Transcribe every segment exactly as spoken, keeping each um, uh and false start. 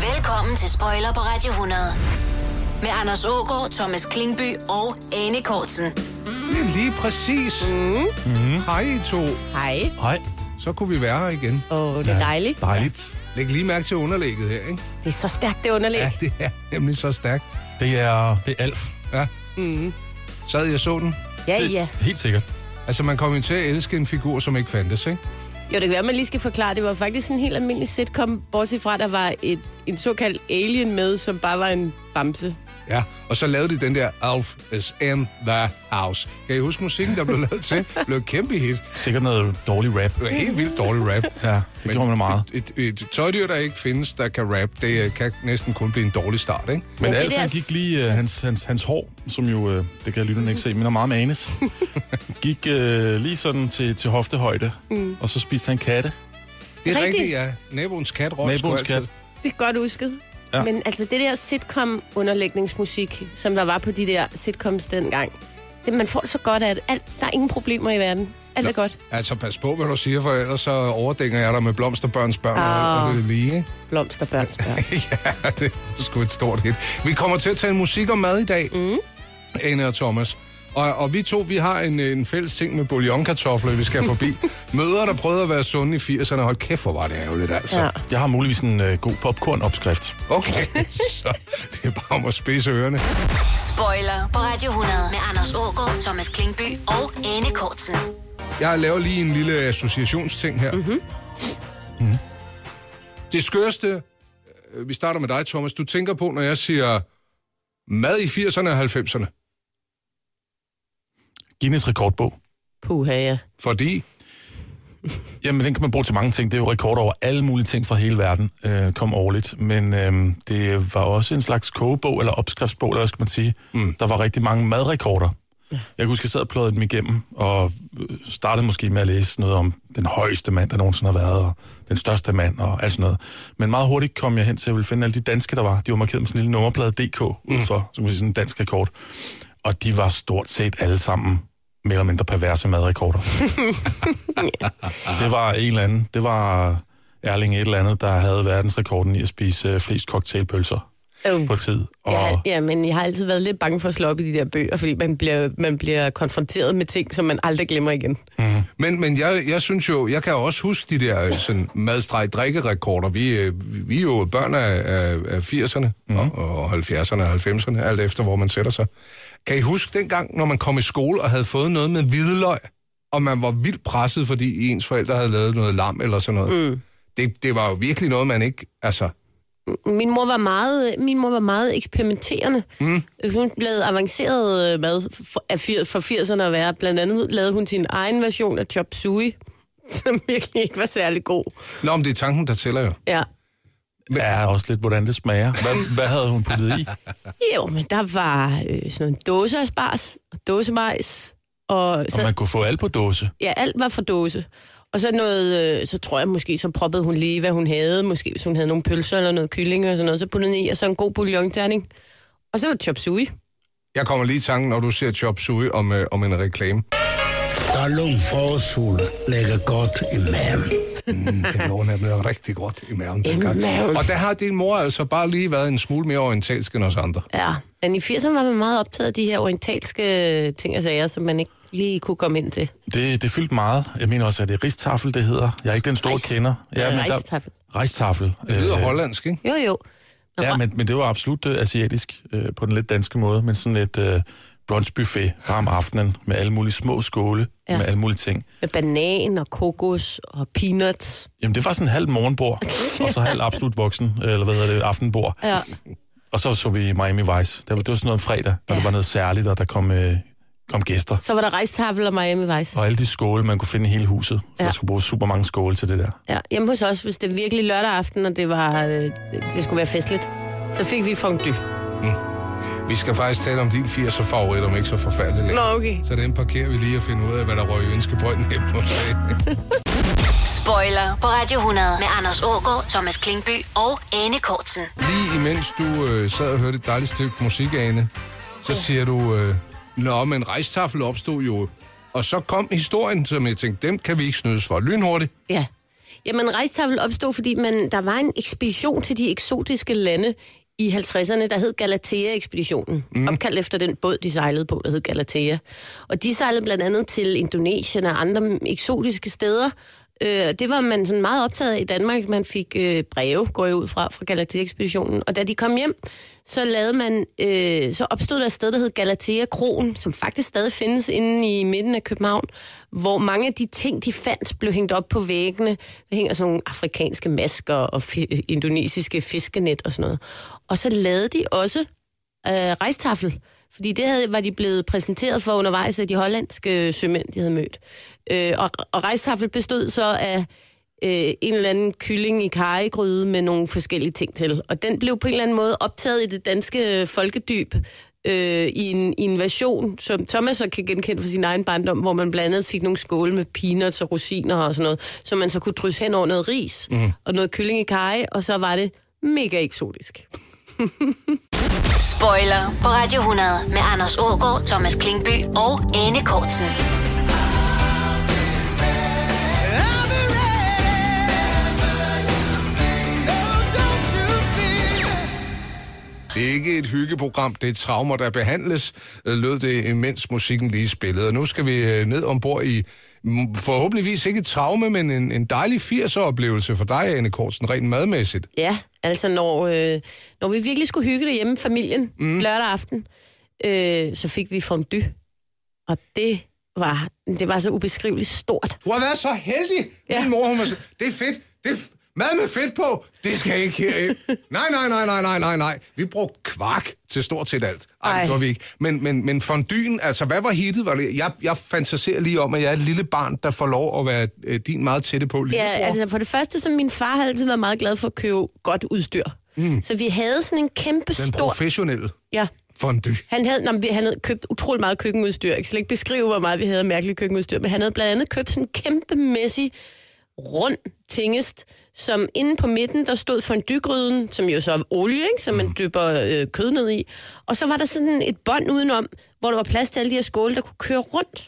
Velkommen til Spoiler på Radio hundrede. Med Anders Aagaard, Thomas Klingby og Ane Kortsen. Det er lige præcis. Mm. Mm. Hej I to. Hej. Hej. Så kunne vi være her igen. Åh, oh, det er dejligt. Dejligt. Læg lige mærke til underlægget her, ikke? Det er så stærkt, det underlæg. Ja, det er nemlig så stærkt. Det er, det er Alf. Ja. Mm. Sad jeg så den? Ja, det, ja. Helt sikkert. Altså, man kom jo til at elske en figur, som ikke fandtes, ikke? Jo, det kan være, at man lige skal forklare. Det var faktisk en helt almindelig sitcom, bortset fra, der var et, en såkaldt alien med, som bare var en bamse. Ja, og så lavede de den der Alf is in the house. Kan I huske musikken, der blev lavet til? Det blev et kæmpe hit. Sikkert noget dårlig rap. Det var helt vildt dårlig rap. Ja, det Men gjorde man meget. Et, et, et tøjdyr, der ikke findes, der kan rap, det kan næsten kun blive en dårlig start, ikke? Men Ja, det Alf, der- han gik lige, uh, hans, hans, hans hår, som jo, uh, det kan lytterne ikke se, minder meget om Anes, gik uh, lige sådan til, til hoftehøjde, mm. og så spiste han katte. Det er Rigtigt. rigtigt, ja. Naboens kat råb Naboens sgu altid. kat. Det er godt husket. Ja. Ja. Men altså, det der sitcom-underlægningsmusik, som der var på de der sitcoms dengang, det, man får så godt af det. Alt, der er ingen problemer i verden. Alt er godt. Altså, pas på, hvad du siger, for ellers så overdænger jeg dig med blomsterbørns børn Ah. og det lige, ikke? Blomsterbørns børn. Ja, det er sgu et stort hit. Vi kommer til at tale musik og mad i dag, mm. Ane og Thomas. Og, og vi to, vi har en, en fælles ting med bouillonkartofler, vi skal forbi. Mødre, der prøvede at være sunde i firserne. Hold kæft, hvor var det ærgerligt, altså. Ja. Jeg har muligvis en uh, god popcorn-opskrift. Okay, så det er bare om at spidse ørerne. Spoiler på Radio hundrede. Med Anders Aagaard, Thomas Klingby og Ane Kortsen. Jeg laver lige en lille associationsting her. Mm-hmm. Mm. Det skørste, øh, vi starter med dig, Thomas. Du tænker på, når jeg siger mad i firserne og halvfemserne. Guinness rekordbog. Puha, ja. Fordi, Jamen, den kan man bruge til mange ting. Det er jo rekorder over alle mulige ting fra hele verden, øh, kom årligt. Men øh, det var også en slags kogebog, eller opskriftsbog, eller hvad skal man sige. Mm. Der var rigtig mange madrekorder. Ja. Jeg kan huske, jeg sad og pløjede dem igennem, og startede måske med at læse noget om den højeste mand, der nogensinde har været, og den største mand, og alt sådan noget. Men meget hurtigt kom jeg hen til, at jeg ville finde alle de danske, der var. De var markeret med sådan en lille nummerplade D K udfor, mm. så kan man sige sådan en dansk rekord. Og de var stort set alle sammen mere eller mindre perverse madrekorder. Det var en eller anden, det var Erling et eller andet, der havde verdensrekorden i at spise flest cocktailpølser Uh. på tid. Og Ja, ja, men jeg har altid været lidt bange for at slå op i de der bøger, fordi man bliver, man bliver konfronteret med ting, som man aldrig glemmer igen. mm. men, men jeg, jeg synes jo, jeg kan også huske de der sådan, madstreg-drikkerekorder. Vi, øh, vi er jo børn af, af, af firserne mm. og, og halvfjerdserne og halvfemserne, alt efter hvor man sætter sig. Kan I huske dengang, når man kom i skole og havde fået noget med hvidløg, og man var vildt presset, fordi ens forældre havde lavet noget lam eller sådan noget? Mm. Det, det var jo virkelig noget, man ikke... altså. Min mor var meget, min mor var meget eksperimenterende. Mm. Hun lavede avanceret mad for, af fir, for firserne at være. Blandt andet lavede hun sin egen version af chop suey, som virkelig ikke var særlig god. Nå, men det er tanken, der tæller jo. Ja. Ja, også lidt, hvordan det smager. Hvad, hvad havde hun puttet i? Jo, men der var øh, sådan en dåse asparges og dåsemajs. Og, så, Og man kunne få alt på dåse. ja, alt var fra dåse. Og så noget, øh, så tror jeg måske, så proppede hun lige, hvad hun havde. Måske hvis hun havde nogle pølser eller noget kylling og sådan noget, så puttede hun i, og så en god bouillonterning. Og så var det chop suey. Jeg kommer lige i tanken, når du ser chop suey om, øh, om en reklame. Dallum forårssol lægger godt i maven. Mm, det lå nemlig rigtig godt i maven dengang. maven. Og der har din mor altså bare lige været en smule mere orientalsk end os andre. Ja, men i firserne var man meget optaget af de her orientalske ting og sager, som man ikke lige kunne komme ind til. Det, det fyldte meget. Jeg mener også, at det er ristafel, det hedder. Jeg er ikke den store Ris. kender. Ja, men rejstafel. Der, rejstafel. Det lyder Øh, hollandsk, ikke? Jo, jo. Nå, Ja, men, men det var absolut øh, asiatisk øh, på den lidt danske måde, men sådan et øh, brunchbuffet bare om aftenen med alle mulige små skåle, Ja. ja. med alle mulige ting. med banan og kokos og peanuts. Jamen, det var sådan en halv morgenbord, og så halv absolut voksen, eller hvad hedder det, aftenbord. Ja. Og så så vi Miami Vice. Det var, det var sådan noget fredag, når Ja. det var noget særligt, og der kom, øh, kom gæster. Så var der rejstafel og Miami Vice. Og alle de skåle, man kunne finde i hele huset. For Ja. ja. Der skulle bruge super mange skåle til det der. Ja, hjemme hos os, hvis det er virkelig lørdag aften, og det, var, øh, det skulle være festligt, så fik vi fondue. Vi skal faktisk tale om din firser favorit, om ikke så forfærdeligt længe. Nå, okay. Så den parkerer vi lige og finder ud af, hvad der røg i ønskebrønden hjem på sig. Spoiler på Radio hundrede. Med Anders Aagaard, Thomas Klingby og Ane Kortsen. Lige imens du øh, sad og hørte et dejligt stykke musik, Ane, så siger du, øh, nå, men rejstafel opstod jo. Og så kom historien, som jeg tænkte, dem kan vi ikke snydes for lynhurtigt. Ja. Jamen, rejsetafel opstod, fordi man, der var en ekspedition til de eksotiske lande i halvtredserne, der hed Galatea-ekspeditionen. Mm. Opkaldt efter den båd, de sejlede på, der hed Galatea. Og de sejlede blandt andet til Indonesien og andre eksotiske steder. Øh, det var man sådan meget optaget af i Danmark. Man fik øh, breve, går jeg ud fra, fra Galatea-ekspeditionen. Og da de kom hjem, så lavede man, øh, så opstod der et sted, der hed Galatea-kroen, som faktisk stadig findes inde i midten af København, hvor mange af de ting, de fandt, blev hængt op på væggene. Der hænger sådan nogle afrikanske masker og fi- indonesiske fiskenet og sådan noget. Og så lavede de også øh, rejstafel, fordi det havde, var de blevet præsenteret for undervejs af de hollandske sømænd, de havde mødt. Øh, og, og rejstafel bestod så af øh, en eller anden kylling i karrigryde med nogle forskellige ting til. Og den blev på en eller anden måde optaget i det danske folkedyb øh, i, en, i en version, som Thomas så kan genkende fra sin egen barndom, hvor man blandt andet fik nogle skåle med peanuts og rosiner og sådan noget, så man så kunne drysse hen over noget ris mm. og noget kylling i karry, og så var det mega eksotisk. Spoiler på Radio hundrede med Anders Aagaard, Thomas Klingby og Ane Kortsen. Det er ikke et hyggeprogram, det er traumer, der behandles, lød det, imens musikken lige spillede. Og nu skal vi ned ombord i forhåbentligvis ikke et traume, men en, en dejlig firserne-oplevelse for dig, Ane Kortsen, rent madmæssigt. Ja, altså når, øh, når vi virkelig skulle hygge derhjemme, familien, mm. lørdag aften, øh, så fik vi fondue. Og det var, det var så ubeskriveligt stort. Du har været så heldig, ja. Min mor, hun var så, det er fedt, det er f- mad med fedt på, det skal ikke her. Nej, nej, nej, nej, nej, nej, nej. Vi brugte kvark til stort set alt. Ej, Ej. det gjorde vi ikke. Men, men, men fonduen, altså hvad var hittet? Var det? Jeg, jeg fantaserer lige om, at jeg er et lille barn, der får lov at være øh, din meget tætte på. Ja, altså for det første, så min far har altid været meget glad for at købe godt udstyr. Mm. Så vi havde sådan en kæmpe stor... Den professionelle. Ja. Fondue. Han havde, nej, han havde købt utrolig meget køkkenudstyr. Jeg kan slet ikke beskrive, hvor meget vi havde mærkeligt køkkenudstyr, men han havde blandt andet købt sådan en kæmpemæssig rund tingest, som inde på midten, der stod fondue-gryden, som jo så er olie, ikke, som man dypper øh, kød ned i. Og så var der sådan et bånd udenom, hvor der var plads til alle de her skåle, der kunne køre rundt.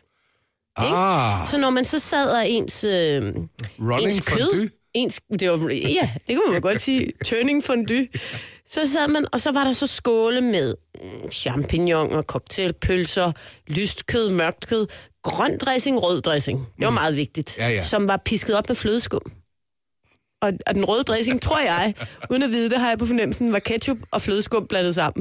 Ah. Så når man så sad og ens, øh, ens kød... fondue? Ens, det var, ja, det kan man godt sige. Turning fondue. Så sad man, og så var der så skåle med mm, champignon og cocktailpølser, lyst kød, mørkt kød, grøn dressing, rød dressing. Det var meget vigtigt. Ja, ja. Som var pisket op med flødeskum. Og, og den røde dressing, tror jeg, uden at vide det, har jeg på fornemmelsen, var ketchup og flødeskum blandet sammen.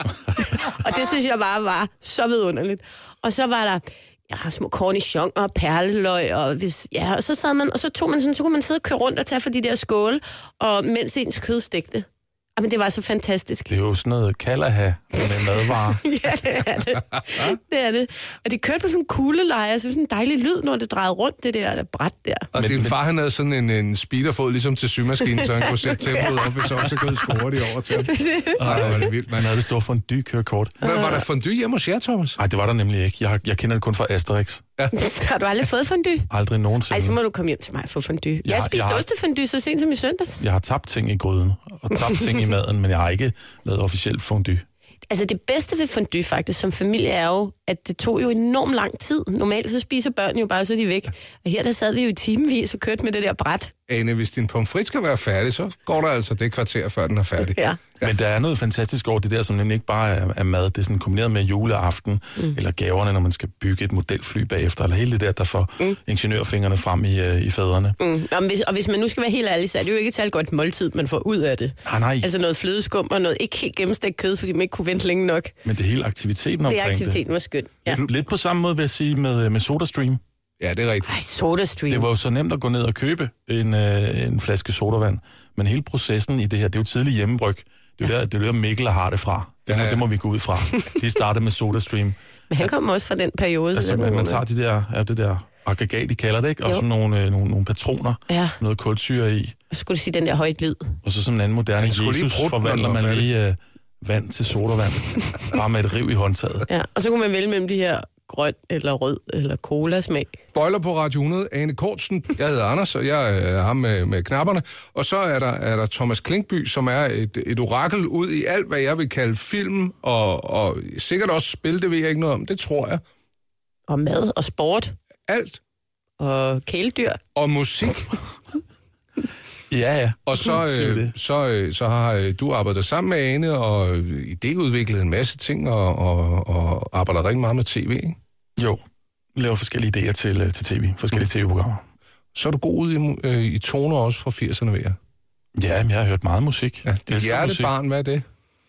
Og det synes jeg bare var så vidunderligt. Og så var der ja, små cornichon og perleløg, og, hvis, ja, og så sad man, og så tog man sådan, så kunne man sidde og køre rundt og tage for de der skåle, og mens ens kød stegte. Jamen, det var så fantastisk. Det er jo sådan noget kalderha med madvarer. Ja, det er det. Det er det. Og de kørte på sådan en kugleleje, så sådan en dejlig lyd, når det drejede rundt, det der, der bræt der. Og men, din men... far, han havde sådan en, en speederfod, ligesom til symaskinen, så han kunne sætte tempoet op, og så, så kunne score de over til ham. Ej, det var det vildt, man. Han havde det store fondue-kørekort. Hvad, var der fondue hjemme hos jer, Thomas? Nej, det var der nemlig ikke. Jeg, jeg kender det kun fra Asterix. Ja. Har du aldrig fået fondue? Aldrig nogensinde. Ej, så må du komme hjem til mig og få fondue. Jeg, jeg har spist har... ostefondue så sent som i søndags. Jeg har tabt ting i gryden, og tabt ting i maden, men jeg har ikke lavet officielt fondue. Altså det bedste ved fondue faktisk som familie er jo, at det tog jo enormt lang tid. Normalt så spiser børn jo bare, så er de væk. Og her der sad vi jo i timevis og kørte med det der bræt. Ane, hvis din pomfrit skal være færdig, så går der altså det kvarter, før den er færdig. Ja. Ja. Men der er noget fantastisk over det der, som nemlig ikke bare er, er mad. Det er sådan kombineret med juleaften, mm. eller gaverne, når man skal bygge et modelfly bagefter, eller hele det der, der får mm. ingeniørfingrene frem i, uh, i faderne. Mm. Og, hvis, og hvis man nu skal være helt ærlig, så er det jo ikke et særligt godt måltid, man får ud af det. Ah, nej. Altså noget flødeskum og noget ikke helt gennemstegt kød, fordi man ikke kunne vente længe nok. Men det hele aktiviteten omkring det. Det aktiviteten var skønt, ja. Lidt på samme måde vil jeg sige med, med SodaStream. Ja, det er rigtigt. Ej, SodaStream. Det var jo så nemt at gå ned og købe en, øh, en flaske sodavand, men hele processen i det her, det er jo tidlig hjemmebryg. Det er jo ja. der, det er der Mikkel har det fra. Det må, ja, ja. det må vi gå ud fra. De startede med SodaStream. Men han kom også fra den periode. Altså, man, man tager de der, ja, det der aggregat, de kalder det, ikke? Og jo. sådan nogle, øh, nogle, nogle patroner, ja. noget kulsyre i. Og så skulle du sige den der højt blid. Og så som en anden moderne ja, Jesus forvandler man lige øh, vand til sodavand. Bare med et riv i håndtaget. Ja, og så kunne man vælge mellem de her grøn eller rød eller cola-smag. Spoiler på Radio hundrede, Ane Kortsen. Jeg hedder Anders, og jeg er ham med, med knapperne. Og så er der, er der Thomas Klingby, som er et, et orakel ud i alt, hvad jeg vil kalde film, og, og sikkert også spil, det ved jeg ikke noget om. Det tror jeg. Og mad og sport. Alt. Og kæledyr. Og musik. Ja, ja. Og så, Siger øh, det. så, øh, så har øh, du arbejdet sammen med Ane, og øh, idéudviklet en masse ting, og, og, og arbejder rigtig meget med tv, ikke? Jo, laver forskellige idéer til, øh, til tv, forskellige tv-programmer. Så er du god ud i, øh, i toner også fra firserne, ved jeg. Ja, men jeg har hørt meget musik. Ja, dit hjertebarn, hvad er det?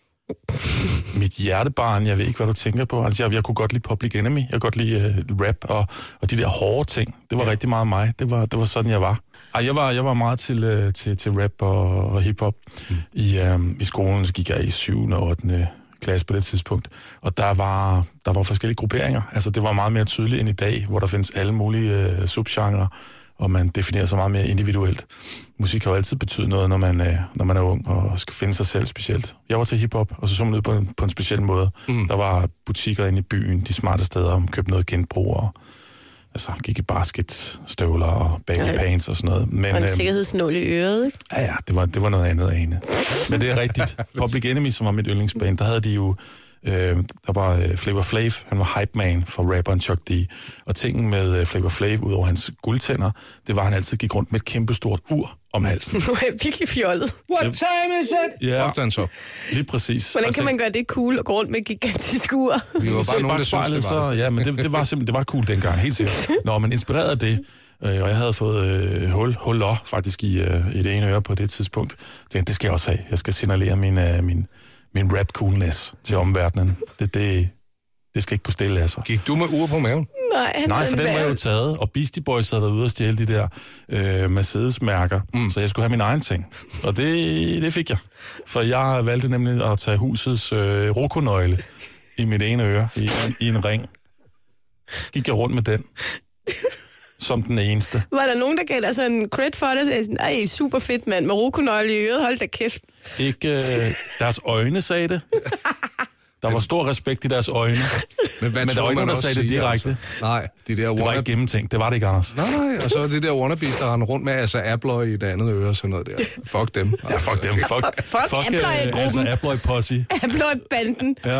Mit hjertebarn, jeg ved ikke, hvad du tænker på. Altså, jeg, jeg kunne godt lide Public Enemy, jeg kunne godt lide uh, rap, og, og de der hårde ting. Det var ja. rigtig meget mig. Det var, det var sådan, jeg var. Ej, jeg var, jeg var meget til, uh, til, til rap og, og hiphop. Mm. I, um, I skolen så gik jeg i syvende og ottende klasse på det tidspunkt. Og der var, der var forskellige grupperinger. Altså, det var meget mere tydeligt end i dag, hvor der findes alle mulige uh, subgenre, og man definerer sig meget mere individuelt. Musik har jo altid betydet noget, når man, er, når man er ung og skal finde sig selv specielt. Jeg var til hiphop, og så så man ud på en, på en speciel måde. Mm. Der var butikker inde i byen, de smarte steder, og købte noget genbrug, og altså, gik i basket, støvler og baggy ja. pants og sådan noget. Men, og en øhm, sikkerhedsnål i øret, ikke? Ja, ja, det var, det var noget andet, Ane. Men det er rigtigt. Public Enemy, som var mit yndlingsband, der havde de jo Øh, der var øh, Flavor Flav, han var hype man for rapperen Chuck D. Og tingen med øh, Flavor Flav, ud over hans guldtænder, det var, at han altid gik rundt med et kæmpestort ur om halsen. Nu er jeg virkelig fjollet. What time is it? Ja, Opdagen så. Lige præcis. Hvordan kan man gøre det cool og gå rundt med et gigantisk ur? Vi var bare nogen, der synes, det var så, ja, men det, det var simpelthen det var cool dengang, helt sikkert. Nå, men inspireret af det, øh, og jeg havde fået øh, hul, huller faktisk i, øh, i det ene øre på det tidspunkt. Det, det skal jeg også have. Jeg skal signalere min... Øh, min min rap-coolness til omverdenen. Det, det, det skal ikke kunne stille af sig. Gik du med ur på maven? Nej, Nej, for den var jeg jo taget, og Beastie Boys havde været ude og stjæle de der øh, Mercedes-mærker, mm. så jeg skulle have min egen ting. Og det, det fik jeg. For jeg valgte nemlig at tage husets øh, rokonøgle i mit ene øre, i, i en ring. Gik jeg rundt med den. Som den eneste. Var der nogen, der gav dig sådan en cred for det? Så jeg sådan, ej, super fedt, mand. Med rokonøgle i øret, hold da kæft. Ikke øh, deres øjne sagde det. Der var stor respekt i deres øjne. Men, Men der var ikke nogen, der sagde det direkte. Altså? Nej, de der det var ikke gennemtænkt. Det var det ikke, Anders. Nej, nej, og så det der wannabes, der rendte rundt med, altså Abloy i det andet øre og sådan noget der. Fuck dem. Ja, fuck dem. Fuck, fuck, fuck Abloy-gruppen. Øh, altså Abloy-posse. Abloy-banden. Ja.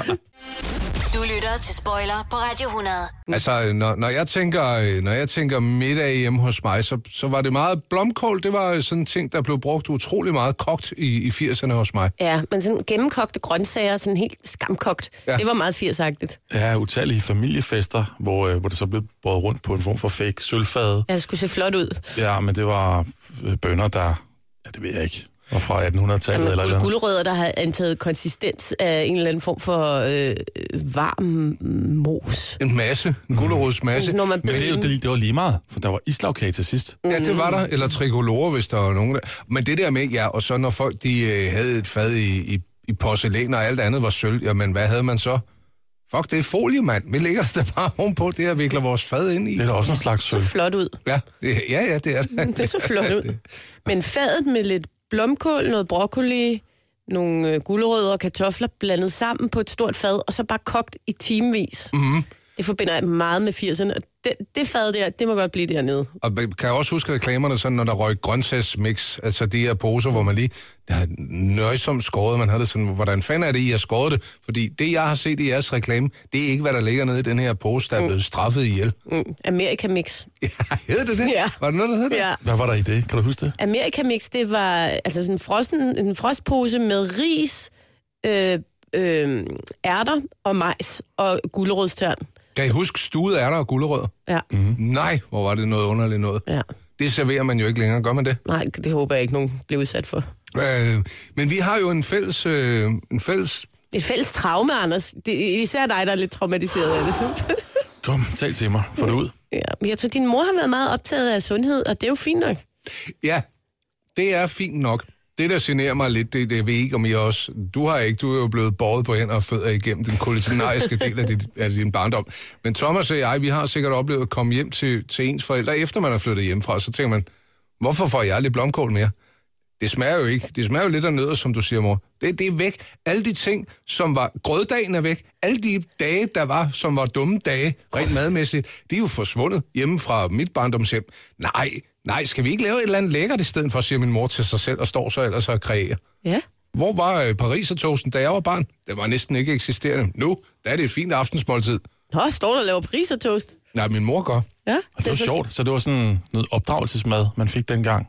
Du lytter til Spoiler på Radio hundrede. Altså, når, når, jeg tænker, når jeg tænker middag hjemme hos mig, så, så var det meget blomkål. Det var sådan en ting, der blev brugt utrolig meget kogt i, i firserne hos mig. Ja, men sådan gennemkogte grøntsager, sådan helt skamkogt, ja. Det var meget firsagtigt. Ja, utallige familiefester, hvor, hvor det så blev båret rundt på en form for fake sølvfade. Ja, det skulle se flot ud. Ja, men det var bønner, der... Ja, det ved jeg ikke. Og fra attenhundredetallet Jamen, eller eller guldrødder, der har antaget konsistens af en eller anden form for øh, varm mos. En masse. En gulerodsmasse. Mm. Men det, det, det var lige meget, for der var islagkage til sidst. Ja, det var der. Eller tricolore, hvis der var nogen der. Men det der med, ja, og så når folk de øh, havde et fad i, i, i porcelæn, og alt andet var sølv, jamen hvad havde man så? Fuck, det er folie, mand. Vi lægger det der bare ovenpå, det her vikler vores fad ind i. Det er da også en slags sølv. Så flot ud. Ja, det, ja, ja, det er det. Det så flot ud. Men fadet med lidt blomkål, noget broccoli, nogle øh, gulerødder og kartofler blandet sammen på et stort fad, og så bare kogt i timevis. Mm-hmm. Det forbinder jeg meget med firserne. Det, det fad der, det må godt blive dernede. Og kan jeg også huske reklamerne, sådan, når der røg grøntsagsmix, altså de her poser, hvor man lige ja, nøjsomt skåret, man havde det sådan, hvordan fanden er det, I har skåret det? Fordi det, jeg har set i jeres reklame, det er ikke, hvad der ligger nede i den her pose, der er blevet straffet ihjel. Mm. America Mix. Ja, hed det det? Ja. Var det noget, der hed det? Ja. Hvad var der i det? Kan du huske det? America Mix, det var altså sådan en, frosten, en frostpose med ris, øh, øh, ærter og majs og gulerodstern. Kan I huske stuede ærter og gulerødder? Ja. Mm. Nej, hvor var det noget underligt noget. Ja. Det serverer man jo ikke længere, gør man det? Nej, det håber jeg ikke, nogen bliver udsat for. Øh, men vi har jo en fælles... Øh, en fælles... Et fælles traume, Anders. Det er især dig, der er lidt traumatiseret af det. Kom, tal til mig. Få det ud. Ja, men jeg tror, din mor har været meget optaget af sundhed, og det er jo fint nok. Ja, det er fint nok. Det, der generer mig lidt, det, det ved ikke, om I også... Du har ikke, du er jo blevet båret på hænder og fødder igennem den kulinariske del af din, af din barndom. Men Thomas og jeg, vi har sikkert oplevet at komme hjem til, til ens forældre, efter man er flyttet hjemmefra. Så tænker man, hvorfor får jeg aldrig blomkål mere? Det smager jo ikke. Det smager jo lidt af nødder, som du siger, mor. Det, det er væk. Alle de ting, som var... Grøddagen er væk. Alle de dage, der var, som var dumme dage, rent madmæssigt, de er jo forsvundet hjemme fra mit barndomshjem. Nej, nej, skal vi ikke lave et eller andet lækkert i stedet for, siger min mor til sig selv, og står så ellers og kreerer. Ja. Hvor var øh, Parisertoasten, da jeg var barn? Det var næsten ikke eksisterende. Nu, der er det et fint aftensmåltid. Nå, står der og laver Parisertoast? Nej, min mor gør. Ja. Og det var så... sjovt, så det var sådan noget opdragelsesmad, man fik dengang.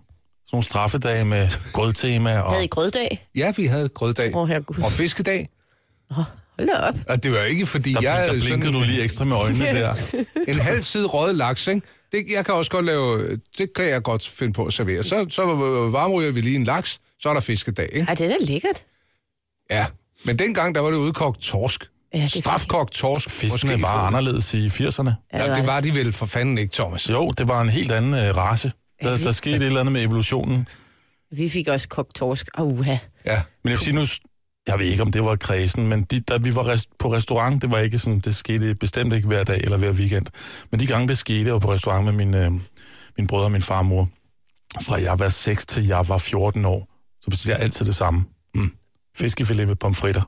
nogle straffedage med grødtema. Og... Havde I grøddag? Ja, vi havde grøddag. Åh, herregud. Og fiskedag. Åh, hold da op. Og det var ikke, fordi Der, jeg... der blinkede sådan, du lige ekstra med øjnene der. En halv side røget laks, ikke? Det, jeg kan også godt lave... Det kan jeg godt finde på at servere. Så, så varmryger vi lige en laks, så er der fiskedag, ikke? Ej, det er da lækkert. Ja, men dengang, der var det udkogt torsk. Ja, Strafkogt torsk. Fiskene var anderledes i firserne. Ja, Ja, det var de vel for fanden ikke, Thomas. Jo, det var en helt anden uh, race. Der, der skete et eller andet med evolutionen. Vi fik også kogt torsk. Uha. Ja. Men jeg vil sige nu, jeg ved ikke, om det var kredsen, men de, da vi var rest, på restaurant, det var ikke sådan, det skete bestemt ikke hver dag eller hver weekend. Men de gange, det skete, jeg var på restaurant med min, øh, min brødre og min farmor. Fra jeg var seks til jeg var fjorten år, så bestilte jeg altid det samme. Mm. Fiskefilet med pomfritter.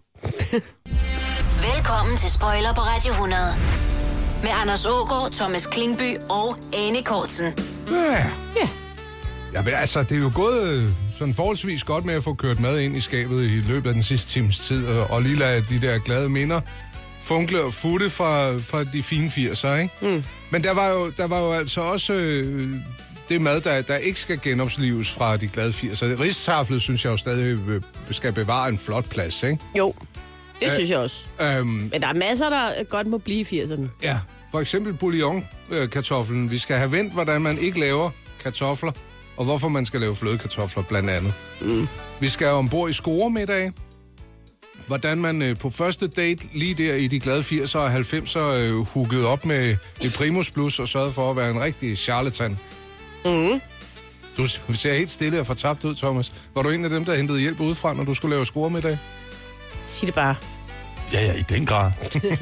Velkommen til Spoiler på Radio hundrede. Med Anders Ågaard, Thomas Klingby og Ane Kortsen. Ja. Ja. Ja, men altså, det er jo gået øh, sådan forholdsvis godt med at få kørt mad ind i skabet i løbet af den sidste times tid, og, og lige lade de der glade minder funkle og futte fra, fra de fine firser, ikke? Mm. Men der var jo, der var jo altså også øh, det mad, der, der ikke skal genopslives fra de glade firser. Ristaflet synes jeg jo stadig øh, skal bevare en flot plads, ikke? Jo, det øh, synes jeg også. Øhm, Men der er masser, der godt må blive i firserne. ja, for eksempel bouillon-kartoflen. Øh, Vi skal have vendt, hvordan man ikke laver kartofler, og hvorfor man skal lave flødekartofler, blandt andet. Mm. Vi skal ombord i scoremiddag. Hvordan man øh, på første date, lige der i de glade firser og halvfemser, øh, huggede op med et Primus Plus og sørgede for at være en rigtig charlatan. Mm. Du ser helt stille og fortabt ud, Thomas. Var du en af dem, der hentede hjælp udefra, når du skulle lave scoremiddag? Sig det bare. Ja, ja, i den grad.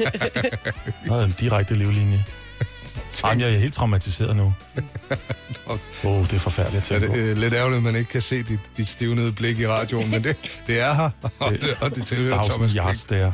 Der er en direkte livlinje. Jamen, jeg er helt traumatiseret nu. Åh, oh, det er forfærdeligt at Ja, tænke det er lidt ærgerligt, at man ikke kan se dit, dit stivnede blik i radioen, men det, det er her, og det, og det tilhører Thomas Klink. Yards der.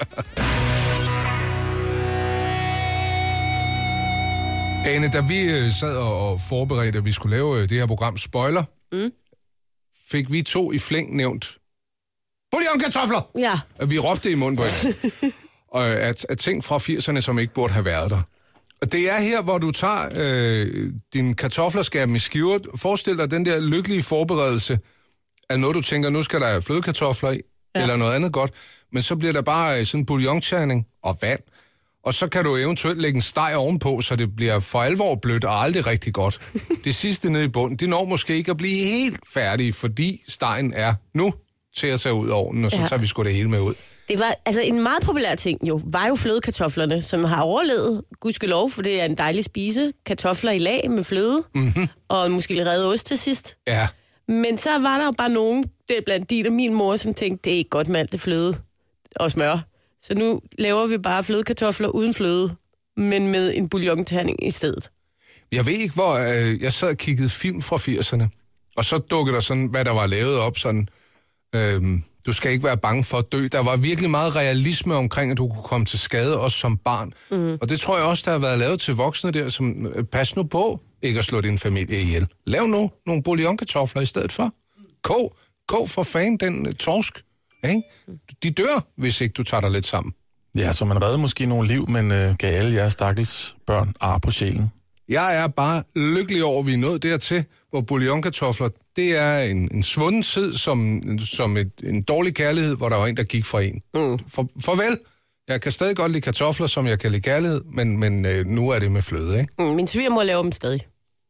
Ane, da vi øh, sad og, og forberedte, at vi skulle lave øh, det her program Spoiler, mm. fik vi to i flæng nævnt bouillonkartofler! Ja. At vi råbte i munden på hende. Og at, at ting fra firserne, som ikke burde have været der. Og det er her, hvor du tager øh, din kartoflerskab i skiver. Forestil dig den der lykkelige forberedelse af noget, du tænker, nu skal der flødekartofler i, ja. Eller noget andet godt. Men så bliver der bare sådan en bouillonterning og vand. Og så kan du eventuelt lægge en steg ovenpå, så det bliver for alvor blødt og aldrig rigtig godt. Det sidste nede i bunden, det når måske ikke at blive helt færdig, fordi stegen er nu til at tage ud af ovnen, og så ja. Tager vi sgu det hele med ud. Det var altså en meget populær ting jo, var jo flødekartoflerne, som har overlevet, gudskelov, for det er en dejlig spise. Kartofler i lag med fløde, mm-hmm. og måske lidt revet ost til sidst. Ja. Men så var der jo bare nogen, det blandt din og min mor, som tænkte, det er ikke godt med alt det fløde og smør. Så nu laver vi bare flødekartofler uden fløde, men med en bouillonterning i stedet. Jeg ved ikke, hvor øh, jeg sad og kiggede film fra firserne, og så dukkede der sådan, hvad der var lavet op, sådan, øh, du skal ikke være bange for at dø. Der var virkelig meget realisme omkring, at du kunne komme til skade, også som barn. Mm. Og det tror jeg også, der har været lavet til voksne der, som øh, pas nu på ikke at slå din familie ihjel. Lav nu nogle bouillonkartofler i stedet for. Kog, kog for fan den øh, torsk. Ikke? De dør, hvis ikke du tager dig lidt sammen. Ja, så man redder måske nogle liv, men øh, gav alle jeres stakkels børn ar på sjælen. Jeg er bare lykkelig over, at vi er nået dertil, hvor bouillonkartofler, det er en, en svunden tid som, som et, en dårlig kærlighed, hvor der var en, der gik fra en. Mm. For, farvel. Jeg kan stadig godt lide kartofler, som jeg kan lide kærlighed, men, men øh, nu er det med fløde, ikke? Mm, min svigermor laver dem stadig.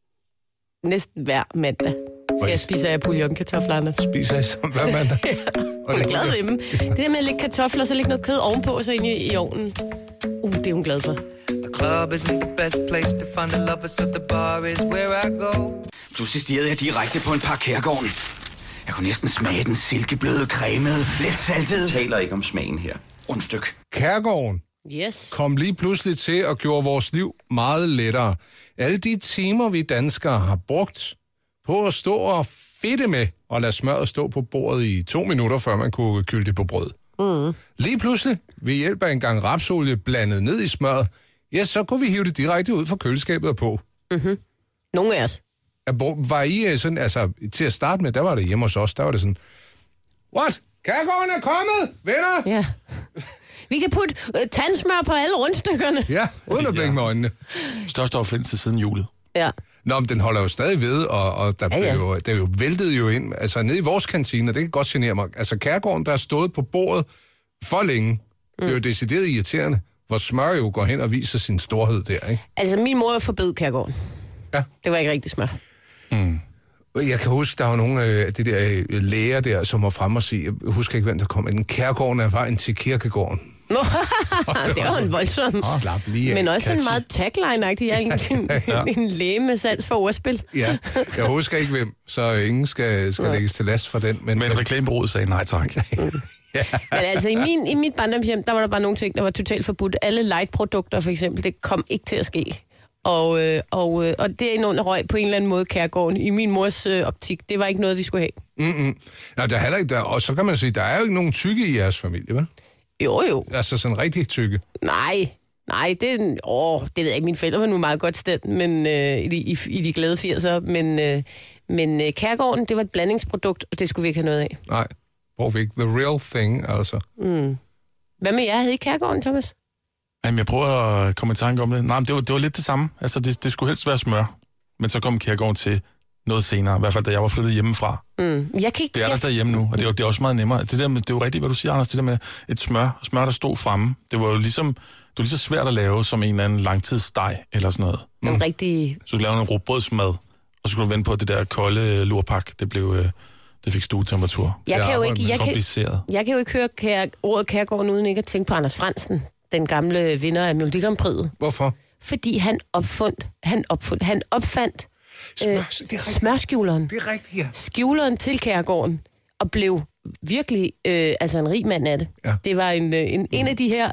Næsten hver mandag skal jeg spise af bouillonkartofler, Anders. Spiser jeg som hver mandag? Ja, hun er glad ved dem. Det der med at lægge kartofler, så lægge noget kød ovenpå, og så ind i, i ovnen. Uh, det er hun glad for. Club isn't the best place to find the lovers, so the bar is where I go. Pludselig stirrede jeg direkte på en par Kærgården. Jeg kunne næsten smage den silkebløde, cremede, lidt saltede. Jeg taler ikke om smagen her. Rundstyk. Kærgården yes. kom lige pludselig til at gøre vores liv meget lettere. Alle de timer, vi danskere har brugt på at stå og fedte med og lade smøret stå på bordet i to minutter, før man kunne kylde det på brød. Mm. Lige pludselig, ved hjælp af en gang rapsolie blandet ned i smøret, ja, så kunne vi hive det direkte ud fra køleskabet og på. Mm-hmm. Nogle af os. Var I sådan, altså, til at starte med, der var det hjemme hos os, der var det sådan, what? Kærgården er kommet, venner! Ja. Vi kan putte uh, tandsmør på alle rundstykkerne. Ja, uden at blinke med øjnene. Største opfindelse siden julet. Ja. Nå, men den holder jo stadig ved, og, og der, Ja, ja. er jo, der er jo væltet jo ind. Altså, nede i vores kantine, det kan godt genere mig. Altså, Kærgården, der er stået på bordet for længe. Mm. Det er jo decideret irriterende, hvor smør jo går hen og viser sin storhed der, ikke? Altså, min mor forbød Kærgården. Ja. Det var ikke rigtig smør. Mm. Jeg kan huske, der var nogle af de der læger der, som var fremme og sige, jeg husker ikke, hvem der kom, men Kærgården er vejen til kirkegården. Nå, det var en voldsom. Slap lige af. Men også en meget tagline-agtig. Jeg er en, Ja. en, en læge med sans for ordspil. Ja, jeg husker ikke hvem, så ingen skal, skal lægges til last for den. Men, Men reklamebureauet sagde nej tak. ja. Men altså, i, min, i mit barndomshjem, der var der bare nogle ting, der var totalt forbudt. Alle light-produkter, for eksempel, det kom ikke til at ske. Og, øh, og, øh, og det er en under røg på en eller anden måde, Kærgården. I min mors øh, optik, det var ikke noget, vi skulle have. Mm-mm. Nå, der er heller ikke der, og så kan man sige, der er jo ikke nogen tykke i jeres familie, vel? Jo, jo. Altså sådan rigtig tykke. Nej, nej, det, er en- åh, det ved jeg ikke. Mine forældre var nu meget godt stemt men, øh, i, de, i, i de glade firser. Men, øh, men øh, Kærgården, det var et blandingsprodukt, og det skulle vi ikke have noget af. Nej, hvor vi ikke. The real thing, altså. Mm. Hvad med jer? Havde I Kærgården, Thomas? Jamen, jeg prøver at komme i tanke om det. Nej, men det var, det var lidt det samme. Altså, det, det skulle helst være smør. Men så kom Kærgården til noget senere. I hvert fald, da jeg var flyttet hjemmefra. Mm. Jeg kan ikke... Det er der jeg... derhjemme nu, og det er, jo- det er også meget nemmere. Det, der med, det er jo rigtigt, hvad du siger, Anders. Det der med et smør, smør der stod fremme. Det var jo ligesom, det var lige så svært at lave som en eller anden langtidssteg eller sådan noget. Mm. En rigtig... Så du lavede en rugbrødsmad, og så skulle du vente på, at det der kolde lurpak, det blev... Øh, det fik stuetemperatur. Jeg kan jo ikke, jeg kan, Kompliceret. jeg kan jo ikke høre kær, ordet Kærgården uden ikke at tænke på Anders Frandsen, den gamle vinder af Melodi Grand Prix'et. Hvorfor? Fordi han opfundt, han opfundt, han opfandt Smør, øh, det er rigtigt. smørskjuleren. Det er rigtigt, ja. Skjuleren til Kærgården, og blev virkelig øh, altså en rig mand af det. Ja. Det var en, øh, en, en af de her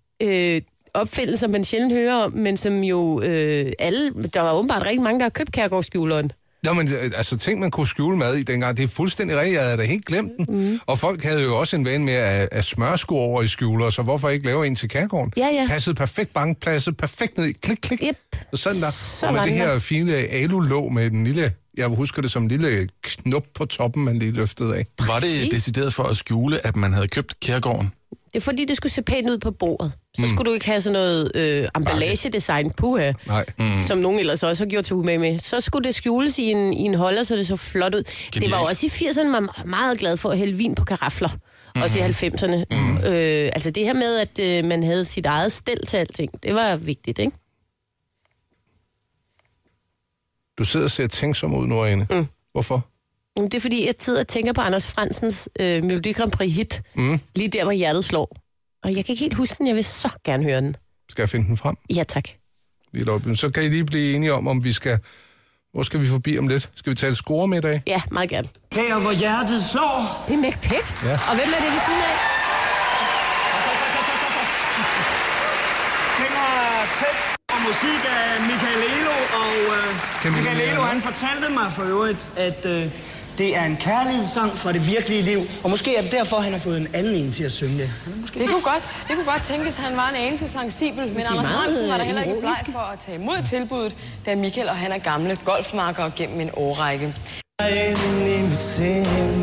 øh, opfindelser, man sjældent hører om, men som jo øh, alle, der var åbenbart rigtig mange, der har købt Kærgårdsskjuleren. Nå, men altså, ting man kunne skjule mad i dengang, det er fuldstændig rigtigt, jeg havde da helt glemt den. Mm. Og folk havde jo også en vane med at, at smørsko over i skjuler, så hvorfor ikke lave en til Kærgården? Ja, ja. Passede perfekt bankpladset, perfekt ned i klik, klik. Yep. Og sådan der. Så og med var det den her der. fine alulåg med den lille, jeg husker det som en lille knop på toppen, man lige løftede af. Var det Præcis. decideret for at skjule, at man havde købt Kærgården? Det er fordi, det skulle se pænt ud på bordet. Så mm. skulle du ikke have sådan noget øh, emballagedesign, puha, Nej. mm. som nogen ellers også har gjort til umage med. Så skulle det skjules i en, i en holder, så det så flot ud. Genialt. Det var jo også i firserne, man var meget glad for at hælde vin på karafler. Mm. Også i halvfemserne. Mm. Øh, altså det her med, at øh, man havde sit eget stel til alting, det var vigtigt, ikke? Du sidder og ser tænksom ud, Nordine. Mm. Hvorfor? Jamen, det er fordi, jeg sidder og tænker på Anders Fransens øh, Melodi Grand Prix hit. Mm. Lige der, hvor hjertet slår. Og jeg kan ikke helt huske den, jeg vil så gerne høre den. Skal jeg finde den frem? Ja, tak. Lige deroppe. Så kan I lige blive enige om, om vi skal... Hvor skal vi forbi om lidt? Skal vi tage et score med i dag? Ja, meget gerne. Her hvor hjertet slår. Det er McPick. Ja. Og hvem er det ved siden af? Den er tekst og musik af Michael Elo, og øh, Michael Elo, han fortalte mig for øvrigt, at øh, det er en kærlighedssang fra det virkelige liv, og måske er det derfor, han har fået en anden en til at synge det. Måske Det kunne godt, det kunne godt tænkes, at han var en anelse sensibel, men Anders meget, Frandsen var der øh, heller ikke bleg ironiske. for at tage imod tilbuddet, da Michael og han er gamle golfmarkere gennem en årrække. Ind i mit sind,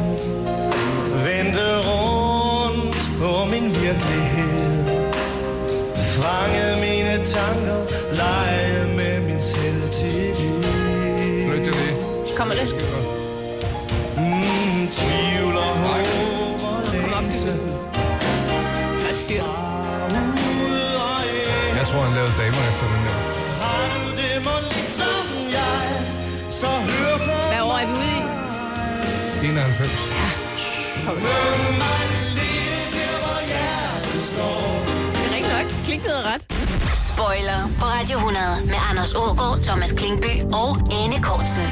vente rundt på min virkelighed, fange mine tanker, lege med min selvtillid. Flyt det lige. Kommer det? Mm, tvivler, håber, længsel. Flot fyr. Jeg tror, han lavede damer efter den der. Har du det må ligesom jeg, så hør på Hvad år er vi ude i? enoghalvfems. mig, lille, hvor hjertet slår. Det er rigtig nok. Klik ved ret. Spoiler på Radio hundrede med Anders Ågaard, Thomas Klingby og Ane Kortsen.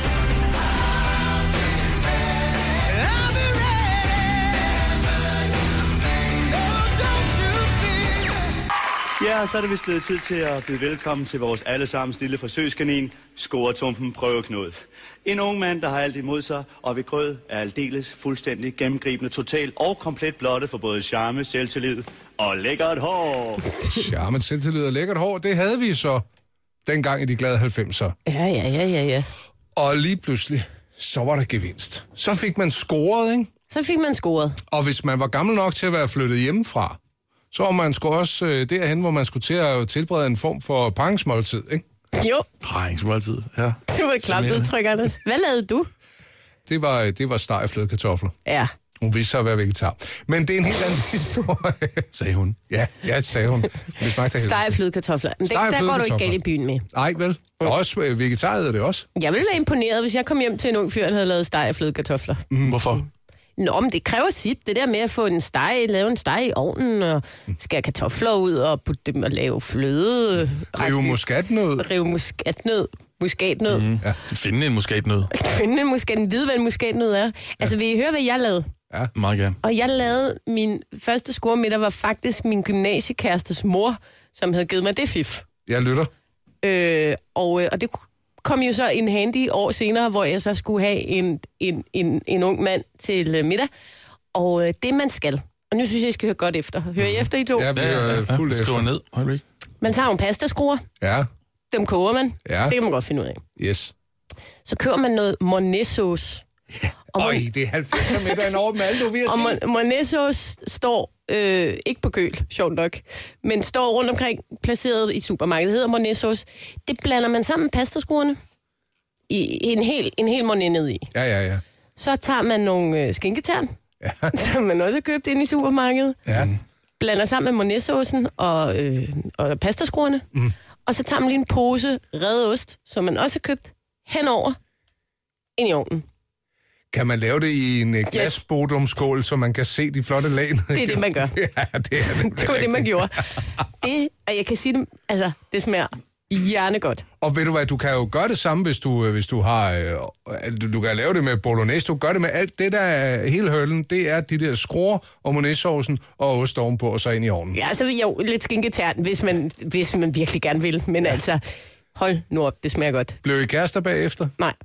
Ja, så er det vist blevet tid til at byde velkommen til vores allesammens lille forsøgskanin, Scoretumpen Prøveknud. En ung mand, der har alt imod sig, og ved grød er aldeles fuldstændig gennemgribende, total og komplet blottet for både charme, selvtillid og lækkert hår. Charmen, selvtillid og lækkert hår, det havde vi så dengang i de glade halvfemser. Ja, ja, ja, ja, ja. Og lige pludselig, så var der gevinst. Så fik man scoret, ikke? Så fik man scoret. Og hvis man var gammel nok til at være flyttet hjemmefra, så var man sgu også øh, derhen, hvor man skulle til at tilberede en form for paringsmåltid, ikke? Jo. Nej, som altid. Ja. Det var et klamt udtryk, Anders. Hvad lavede du? Det var, det var steg flødekartofler. Ja. Hun vidste sig at være vegetar. Men det er en helt anden historie. Sagde hun. Ja, ja, det sagde hun. Det smagte helt. Steg flødekartofler. Men der, der går du ikke galt i byen med. Nej, vel? Og også øh, vegetar hedder det også. Jeg ville være imponeret, hvis jeg kom hjem til en ung fyr, der havde lavet steg flødekartofler. Mm. Hvorfor? Nå, men det kræver sit. Det der med at få en steg, lave en steg i ovnen, og skære kartofler ud, og putte dem og lave fløde. Rive muskatnød. Rive muskatnød. Muskatnød. Mm. Ja. Finde en muskatnød. Finde en muskatnød. Vide, hvad en muskatnød er. Altså, vil I høre, hvad jeg lavede? Ja, meget gerne. Og jeg lavede min første scoremiddag, var faktisk min gymnasiekærestes mor, som havde givet mig det fif. Jeg lytter. Øh, og, og det kom jo så en handy år senere, hvor jeg så skulle have en, en, en, en ung mand til middag. Og øh, det man skal. Og nu synes jeg, I skal høre godt efter. Hører I efter, I to? Ja, vi er øh, fuldt efter. Skriver ned. Hold man tager nogle pastaskruer. Ja. Dem koger man. Ja. Det kan man godt finde ud af. Yes. Så kører man noget mornay-sauce. Øj, det er halvfems meter en over med alle, du vil sige. Og mornay-sauce står øh, ikke på køl, sjovt nok, men står rundt omkring, placeret i supermarkedet. Det hedder mornay-sauce. Det blander man sammen med pastaskruerne i en hel, en hel mornay ned i. Ja, ja, ja. Så tager man nogle øh, skinketern, ja. Som man også har købt ind i supermarkedet. Ja. Blander sammen med mornay-saucen og, øh, og pastaskruerne. Mm. Og så tager man lige en pose revet ost, som man også har købt, henover ind i ovnen. Kan man lave det i en glasbodumskål, yes. Så man kan se de flotte lag? Det er det, man gør. Ja, det er det. Det, det var det, man gjorde. Det, og jeg kan sige det, altså, det smager hjernegodt. Og ved du hvad, du kan jo gøre det samme, hvis du, hvis du har... Øh, du, du kan lave det med bolognese, du gør det med alt. Det, der er hele høllen, det er de der skruer og mornay-saucen og ost ovenpå, og så ind i ovnen. Ja, så jo, lidt skinketern, hvis man, hvis man virkelig gerne vil. Men ja. Altså, hold nu op, det smager godt. Blev I kærester bagefter? Nej.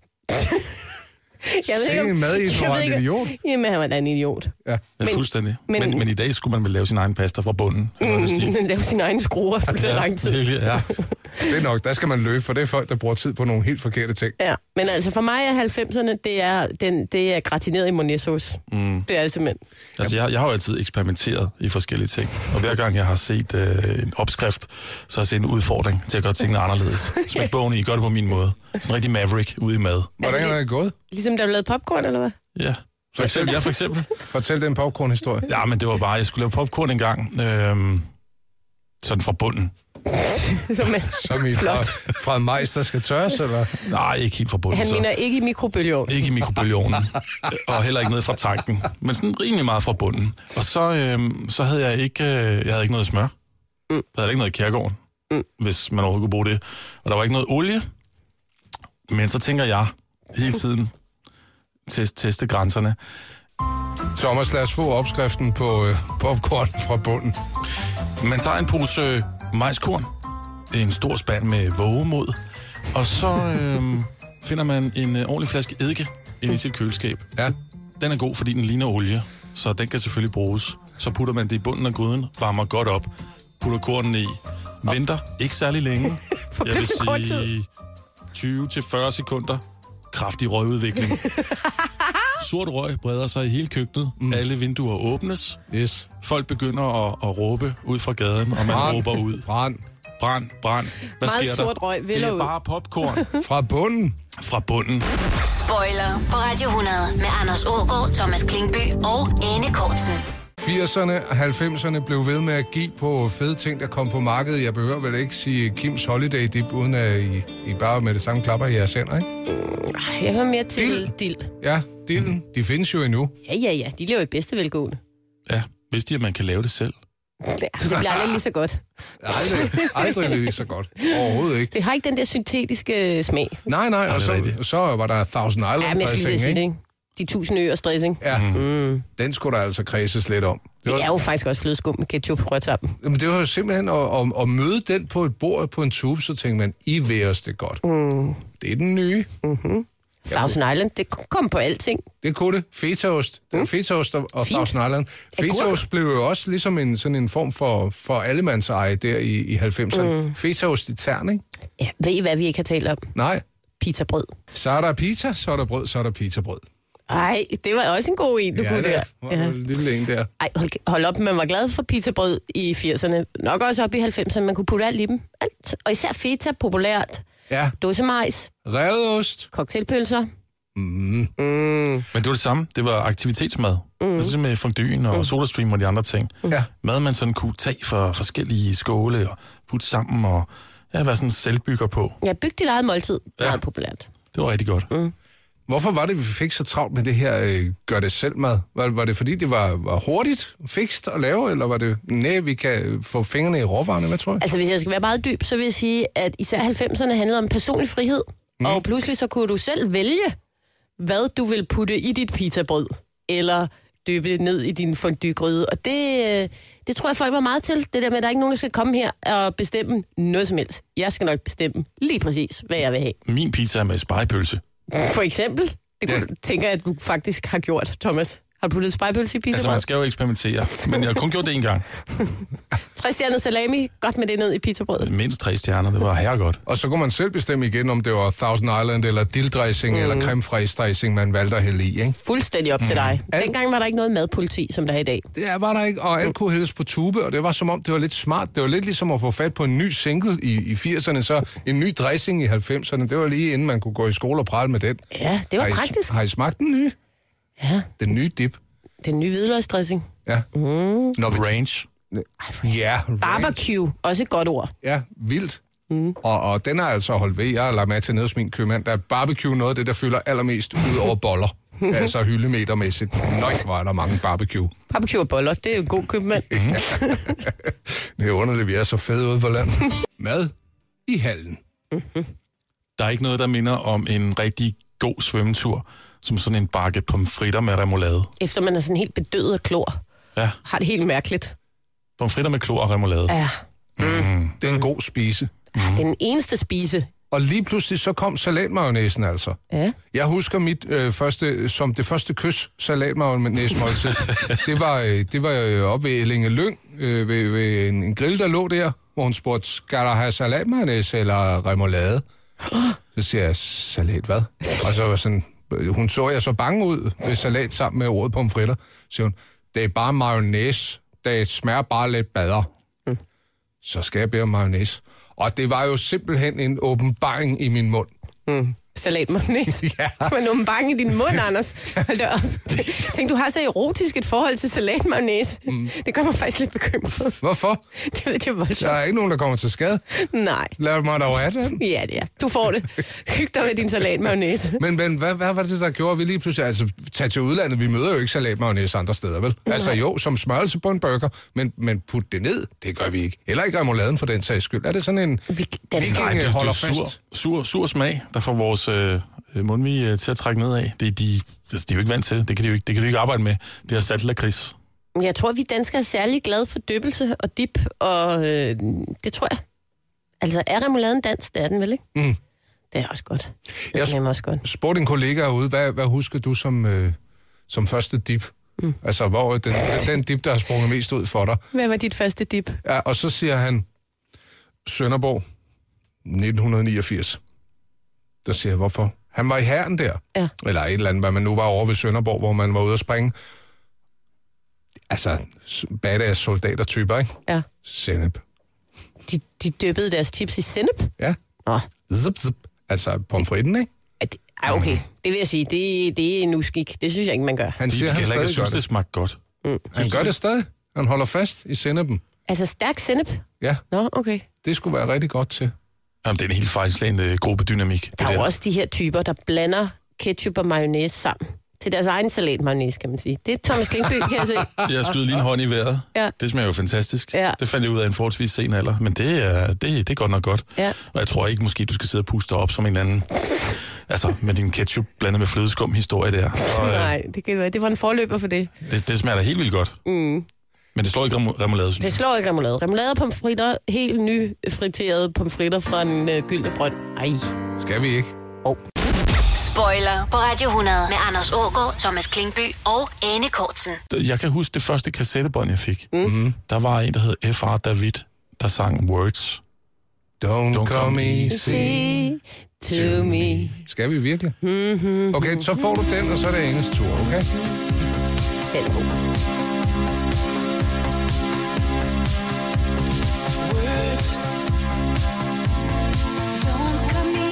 Jeg ved ikke, om, mad i en ikke, idiot. Jamen, han var da en idiot. Ja, men, fuldstændig. Men, men, men i dag skulle man vel lave sin egen pasta fra bunden. Mm, lave sin egen skruer på ja, lang tid. Det, ja. Det er nok, der skal man løbe, for det er folk, der bruger tid på nogle helt forkerte ting. Ja, men altså for mig er halvfemserne, det er, den, det er gratineret i mornay-sauce. Mm. Det er det simpelthen. Altså, jeg, jeg har jo altid eksperimenteret i forskellige ting. Og hver gang jeg har set øh, en opskrift, så har jeg set en udfordring til at gøre tingene anderledes. Smæk bogen i, gør det på min måde. Sådan en rigtig Maverick ude i mad. Hvordan er det gået? Ligesom da du lavede popcorn, eller hvad? Ja. For eksempel, ja, for eksempel. Fortæl den popcorn-historie. Ja, men det var bare, jeg skulle lave popcorn en gang. Øhm, sådan fra bunden. Som i fra, fra majs, der skal tørres, eller? Nej, ikke helt fra bunden. Han mener ikke i mikrobølgeovnen. Ikke i mikrobølgeovnen. Og heller ikke ned fra tanken. Men sådan rimelig meget fra bunden. Og så, øhm, så havde jeg ikke, øh, jeg havde ikke noget smør. Mm. Jeg havde ikke noget i Kærgården, mm. hvis man overhovedet kunne bruge det. Og der var ikke noget olie. Men så tænker jeg hele tiden, test, teste grænserne. Thomas, lad os få opskriften på øh, popcorn fra bunden. Man tager en pose øh, majskorn, en stor spand med vågemod, og så øh, finder man en øh, ordentlig flaske eddike inde i sit køleskab. Ja. Den er god, fordi den ligner olie, så den kan selvfølgelig bruges. Så putter man det i bunden af gryden, varmer godt op, putter kornen i, venter ikke særlig længe. Jeg vil sige tyve til fyrre sekunder. Kraftig røgudvikling. Sort røg breder sig i hele køkkenet. Mm. Alle vinduer åbnes. Yes. Folk begynder at, at råbe ud fra gaden, og man brand. råber ud. Brand. Brand, brand. Hvad meget sker der? Sort røg, det er ud. Bare popcorn. Fra bunden. Fra bunden. Spoiler på Radio hundrede med Anders Aagaard, Thomas Klingby og Ane Kortsen. firserne og halvfemserne blev ved med at give på fede ting, der kom på markedet. Jeg behøver vel ikke sige Kims Holiday Dip, uden at I, I bare med det samme klapper i jeres hænder, ikke? Mm, jeg var mere til dill. dill. Ja, dillen. De findes jo endnu. Ja, ja, ja. De lever i bedste velgående. Ja, vidste de, at man kan lave det selv? Ja, det bliver aldrig lige så godt. Aldrig, aldrig lige så godt. Overhovedet ikke. Det har ikke den der syntetiske smag. Nej, nej, og så, så var der Thousand Island ja, men jeg dressing, sige det, ikke? De tusind øers dressing. Ja, mm. Den skulle der altså kredses lidt om. Det, det er jo faktisk også flødeskum med ketchup rørtappen. Men det var jo simpelthen at, at, at møde den på et bord på en tube, så tænkte man, I vil os det godt. Mm. Det er den nye. Mm-hmm. Thousand Island, det kom på alting. Det kunne det. Fetaost. Mm. Fetaost og, og Thousand Island. Fetaost blev jo også ligesom en, sådan en form for, for allemandseje der i, i halvfemserne. Mm. Fetaost i tern, ikke? Ja, ved I, hvad vi ikke har talt om? Nej. Pizzabrød. Så er der pizza, så er der brød, så er der pizzabrød. Ej, det var også en god en, du ja, kunne der. Ja, det var en lille en der. Ej, hold, hold op, man var glad for pizzabrød i firserne. Nok også op i halvfemserne, man kunne putte alt i dem. Alt. Og især feta populært. Ja. dåsemajs, revet cocktailpølser. Mm. Mm. Men det var det samme. Det var aktivitetsmad. Mm. Altså med fonduen og mm. SodaStream og de andre ting. Ja. Mad, man sådan kunne tage fra forskellige skåle og putte sammen og ja, være sådan selvbygger på. Ja, byg dit eget måltid. Ja. Meget populært. Det var rigtig godt. Mm. Hvorfor var det, vi fik så travlt med det her øh, gør det selv mad? Var, var det fordi, det var, var hurtigt, fikst at lave, eller var det, nej, vi kan få fingrene i råvarerne, hvad tror jeg? Altså, hvis jeg skal være meget dyb, så vil jeg sige, at især halvfemserne handlede om personlig frihed. Mm. Og pludselig så kunne du selv vælge, hvad du vil putte i dit pizzabrød, eller dyppe ned i din fondue-gryde. Og det, det tror jeg, folk var meget til. Det der med, at der er ikke nogen, der skal komme her og bestemme noget som helst. Jeg skal nok bestemme lige præcis, hvad jeg vil have. Min pizza er med spegepølse. For eksempel. Det kunne, ja. tænker jeg, at du faktisk har gjort, Thomas. Har du puttet spegepølse i pizzabrød? Altså, man skal jo eksperimentere, men jeg har kun gjort det en gang. Tre stjerner salami, godt med det ned i pizzabrødet. Mindst tre stjerner, det var herregodt. Og så kunne man selv bestemme igen, om det var Thousand Island, eller dilldressing, mm. eller creme fraiche dressing, man valgte at hælde i, ikke? Fuldstændig op mm. til dig. Dengang var der ikke noget madpoliti, som der er i dag. Det var der ikke, og alt kunne hældes på tube, og det var som om, det var lidt smart. Det var lidt ligesom at få fat på en ny single i, i firserne, så en ny dressing i halvfemserne. Det var lige inden man kunne gå i skole og prale med den. Ja, det var har I, praktisk. Har I smagt den nye? Ja. Den nye dip? Den nye hvidløgsdressing. Ja. Mm. Når vi range. Ja, range. Barbecue, også et godt ord. Ja, vildt. Mm. Og, og den har altså holdt ved. Jeg har lagt med til nede hos min købmand. Der er barbecue noget af det, der fylder allermest ud over boller. Altså hyldemetermæssigt. Nøj, var der mange barbecue. Barbecue og boller, det er jo en god købmand. Det er underligt, vi er så fede ude på landet. Mad i hallen. Mm-hmm. Der er ikke noget, der minder om en rigtig god svømmetur, som sådan en bakke pomfritter med remoulade. Efter man er sådan helt bedøvet af klor. Ja. Har det helt mærkeligt. Pomfritter med klor og remoulade. Ja. Mm. Det er en god spise. Ja, det er den eneste spise. Og lige pludselig så kom salatmayonnaisen altså. Ja. Jeg husker mit øh, første, som det første kys salatmayonnaise-måltid. det var, øh, det var øh, oppe ved Ellinge Lyng, øh, ved, ved en, en grill, der lå der, hvor hun spurgte, skal der have salatmayonnaise eller remoulade? Så siger jeg, salat hvad? Og så var sådan, hun så jeg så bange ud ved salat sammen med ordet pomfritter. Så siger hun, det er bare mayonnaise, det smager bare lidt bedre. Mm. Så skal jeg bede om mayonnaise. Og det var jo simpelthen en åbenbaring i min mund. Mm. Salatmayonnaise. Ja. Det var en åbenbaring i din mund, Anders. Hold da op. Tænk, du har så erotisk et forhold til salatmayonnaise. Mm. Det gør mig faktisk lidt bekymret. Hvorfor? Det ved jeg voldsomt. Der er ikke nogen, der kommer til skade. Nej. Lad mig dog have den. Ja, det er. Du får det. Hygge dig med din salatmayonnaise. Men, men hvad, hvad var det, der gjorde, at vi lige pludselig... Altså, tage til udlandet, vi møder jo ikke salatmayonnaise andre steder, vel? Nej. Altså jo, som smørelse på en burger, men, men put det ned, det gør vi ikke. Heller ikke remouladen for den sags skyld. Er det sådan en... Vi, Nej, det, det er sur, sur, sur smag, der får vores øh, mundvige øh, til at trække ned af. Det er de, altså, de er jo ikke vant til. Det kan de jo ikke, det kan de ikke arbejde med. Det er salt lakrids. Jeg tror, vi danskere er særlig glade for dyppelse og dip, og øh, det tror jeg. Altså, er remouladen dansk? Det er den vel, ikke? Mm. Det er også godt. Det jeg er også godt. spurgte en kollega herude, hvad, hvad husker du som, øh, som første dip? Mm. Altså, hvor den, den dip, der har sprunget mest ud for dig? Hvad var dit første dip? Ja, og så siger han, Sønderborg, nitten niogfirs. Der siger jeg, hvorfor? Han var i hæren der. Ja. Eller et eller andet, hvad man nu var over ved Sønderborg, hvor man var ude at springe. Altså, badass soldatertyper, ikke? Ja. Sennep. De, de dyppede deres chips i sennep? Ja. Nå. Zip, zip. Altså, pomfritten, ikke? Ja, okay. Det vil jeg sige, det, det er en uskik. Det synes jeg ikke, man gør. Han siger, de han stadig ikke synes, det smagte godt. Mm. Han gør det stadig. Han holder fast i sennepen. Altså stærk sennep? Ja. Nå, okay. Det skulle være rigtig godt til. Jamen, det er en helt fejlslagende gruppedynamik. Der er det jo der. også de her typer, der blander ketchup og mayonnaise sammen. Til deres egen salatmayonnaise, kan man sige. Det er Thomas Klinkby, kan jeg se. Jeg skyder lige en hånd i vejret. Ja. Det smager jo fantastisk. Ja. Det fandt jeg ud af en forholdsvis sen alder. Men det er, det, det er godt nok godt. Ja. Og jeg tror ikke, måske du skal sidde og puste op som en anden... Altså, med din ketchup blandet med flødeskum historie der. Så, øh, Nej, det, kan være. Det var en forløber for det. Det, det smager da helt vildt godt. Mm. Men det slår ikke rem- remoulade, synes Det slår ikke remoulade. Remoulade og pomfritter, helt nyfriterede pomfritter fra en øh, gyldne brønd. Ej. Skal vi ikke? Oh. Spoiler på Radio hundrede med Anders Aagaard, Thomas Klinkby og Ane Kortsen. Jeg kan huske det første kassettebånd, jeg fik. Mm. Der var en, der hed F R David, der sang Words. Don't, Don't come easy to me. Skal vi virkelig? Mm-hmm. Okay, så får du den, og så er det Anes tur, okay? Den er god. Words, don't come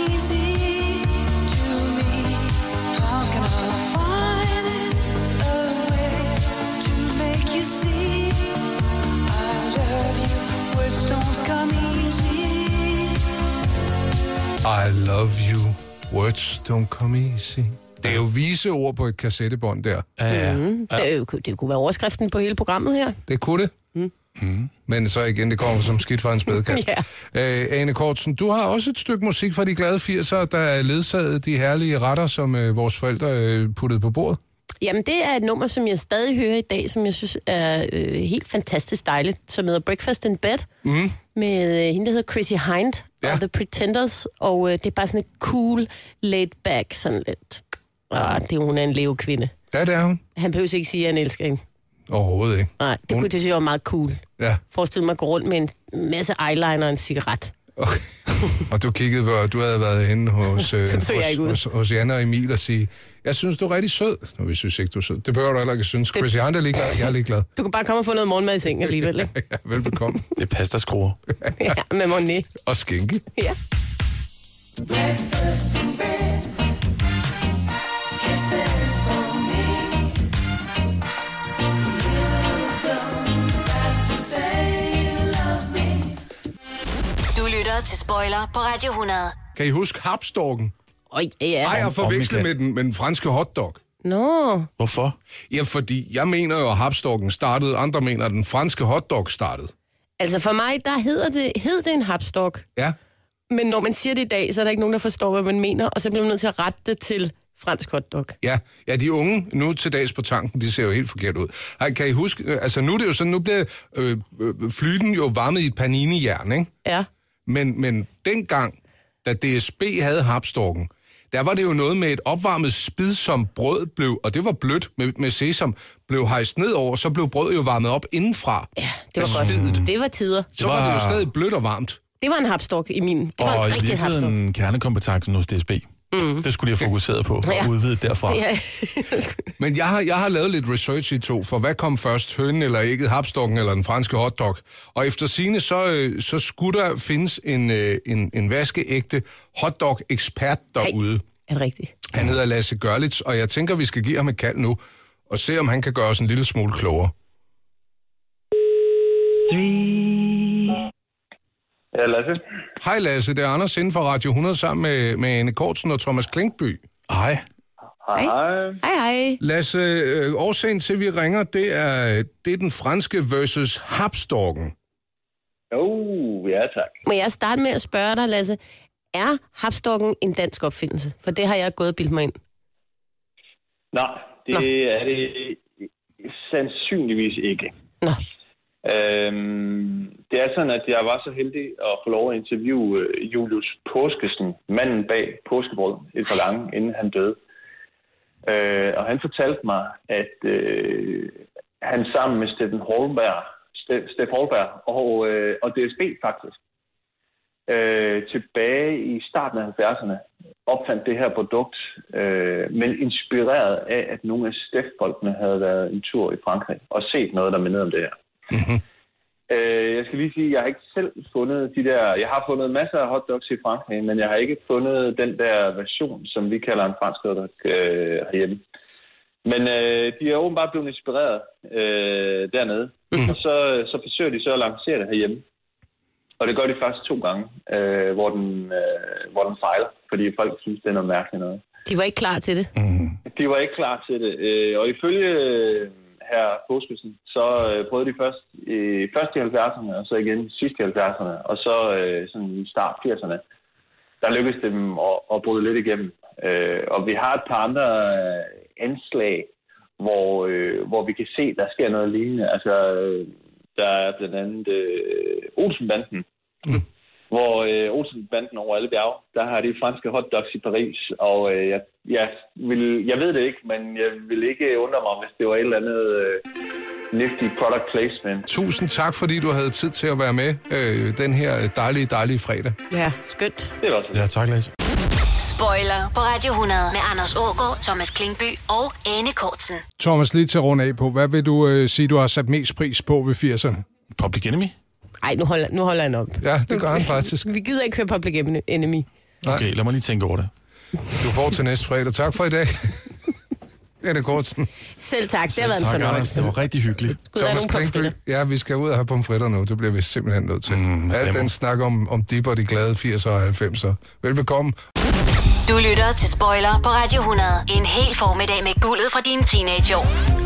I love you. Words don't come easy. Det er jo vise ord på et kassettebånd der. Ja, ja. Mm. ja. Det, det kunne være overskriften på hele programmet her. Det kunne det. Mm. Mm. Men så igen, det kommer som skidt fra en spædekat. Ja. øh, Ane Cortzen, du har også et stykke musik fra de glade firsere, der ledsagede de herlige retter, som øh, vores forældre øh, puttede på bordet. Jamen, det er et nummer, som jeg stadig hører i dag, som jeg synes er øh, helt fantastisk dejligt, som hedder Breakfast in Bed, mm. med øh, hende, der hedder Chrissy Hind ja. og The Pretenders, og øh, det er bare sådan et cool, laid back, sådan lidt. Ah, det er hun er en levekvinde. Ja, det er hun. Han behøver ikke sige, at han elsker hende. Overhovedet ikke. Nej, det hun... kunne det synes jeg var meget cool. Ja. Forestil mig at gå rundt med en masse eyeliner og en cigaret. Okay. Og du kiggede på, at du havde været henne hos, øh, hos, hos, hos Janne og Emil og sige, jeg synes, du er rigtig sød. Nå, vi synes ikke, du er sød. Det behøver du heller ikke at synes. Chrissy Hunt er ligeglad, jeg er ligeglad. Du kan bare komme og få noget morgenmad i sengen alligevel, ikke? Ja, velbekomme. Det er pastaskruer. Ja, med Monet. Og skænke. Ja. Du lytter til Spoiler på Radio hundrede. Kan I huske Hapstorken? Øj, ja. Ej, jeg forveksler med den, med den franske hotdog. Nå. Hvorfor? Ja, fordi jeg mener jo, at Hapstorken startede, andre mener, at den franske hotdog startede. Altså for mig, der hedder det, hed det en hapstok. Ja. Men når man siger det i dag, så er der ikke nogen, der forstår, hvad man mener, og så bliver man nødt til at rette det til fransk hotdog. Ja, ja, de unge nu til dags på tanken, de ser jo helt forkert ud. Ej, kan I huske, altså nu er det jo sådan, nu bliver øh, øh, flyten jo varmet i et paninijern, ikke? Ja. Men, men dengang, da D S B havde Hapstorken, der var det jo noget med et opvarmet spid, som brød blev, og det var blødt med, med sesam, blev hejst ned over, så blev brødet jo varmet op indenfra. Ja, det var godt. Spidet. Det var tider. Så var det jo stadig blødt og varmt. Det var en hapstok i min. Det var og en i rigtig virkeligheden kernekompetencen hos D S B. Mm. Det skulle de have fokuseret på og ja. udvidet derfra. Ja. Men jeg har, jeg har lavet lidt research i to, for hvad kom først, hønen eller ægget, Hapstorken eller den franske hotdog? Og efter sigende, så, så skulle der findes en, en, en vaskeægte hotdog-ekspert derude. Hey. Er det rigtigt? Han hedder Lasse Görlitz, og jeg tænker, vi skal give ham et kald nu, og se, om han kan gøre os en lille smule klogere. Ja, Lasse. Hej Lasse, det er Anders inden for Radio hundrede sammen med, med Ane Cortzen og Thomas Klinkby. Hej. Hej. Hej, hej. Lasse, øh, årsagen til, at vi ringer, det er, det er den franske versus Hapstorken. Jo, ja tak. Må jeg starte med at spørge dig, Lasse, er hapstorken en dansk opfindelse? For det har jeg gået og bildt mig ind. Nej, det Nå. er det sandsynligvis ikke. Nå. Øhm, det er sådan, at jeg var så heldig at få lov at interviewe Julius Påskesen, manden bag Påskebrød, et par gange, inden han døde. Øh, og han fortalte mig, at øh, han sammen med Steffen Holberg, Steff Holberg og, øh, og D S B faktisk, øh, tilbage i starten af halvfjerdserne opfandt det her produkt, øh, men inspireret af, at nogle af Steff-folkene havde været en tur i Frankrig og set noget, der mindede om det her. Mm-hmm. Øh, jeg skal lige sige, at jeg har ikke selv fundet de der... Jeg har fundet masser af hotdogs i Frankrig, men jeg har ikke fundet den der version, som vi kalder en fransk hotdog øh, herhjemme. Men øh, de er åbenbart blevet inspireret øh, dernede, mm-hmm. og så, så forsøger de så at lancere det herhjemme. Og det gør de først to gange, øh, hvor, den, øh, hvor den fejler, fordi folk synes, det er noget mærkeligt noget. De var ikke klar til det? Mm. De var ikke klar til det. Øh, og ifølge øh, herr Påskesen, så øh, prøvede de først, øh, først i halvfjerdserne, og så igen sidst i halvfjerdserne, og så øh, sådan i start firserne. Der lykkedes det dem at, at bryde lidt igennem. Øh, og vi har et par andre øh, anslag, hvor, øh, hvor vi kan se, der sker noget lignende. Altså... Øh, Der er blandt andet øh, Olsenbanden, mm. hvor øh, Olsenbanden over alle bjerge, der har de franske hotdogs i Paris, og øh, jeg, jeg, vil, jeg ved det ikke, men jeg vil ikke undre mig, hvis det var et eller andet øh, nifty product placement. Tusind tak, fordi du havde tid til at være med øh, den her dejlige, dejlige fredag. Ja, skønt. Det var også. Ja, tak, Lasse. Spoiler på Radio hundrede med Anders Aagaard, Thomas Klinkby og Ane Cortzen. Thomas, lige til at runde af på. Hvad vil du øh, sige, du har sat mest pris på ved firserne? Public Enemy? Ej, nu holder, nu holder han op. Ja, det gør han faktisk. Vi gider ikke høre Public Enemy. Okay, lad mig lige tænke over det. Du får til næste fredag. Tak for i dag. Anne Kortsen. Selv tak, det har været en Tak, fornøjelse. Anders. Det var rigtig hyggeligt. Gud, er nogle Klingby, pomfritter. ja, vi skal ud og have pomfritter nu. Det bliver vi simpelthen nødt til. Mm, Alt den snak om, om dipper, de glade firserne og halvfemserne. Velbekomme. Du lytter til Spoiler på Radio hundrede. En hel formiddag med guldet fra dine teenageår.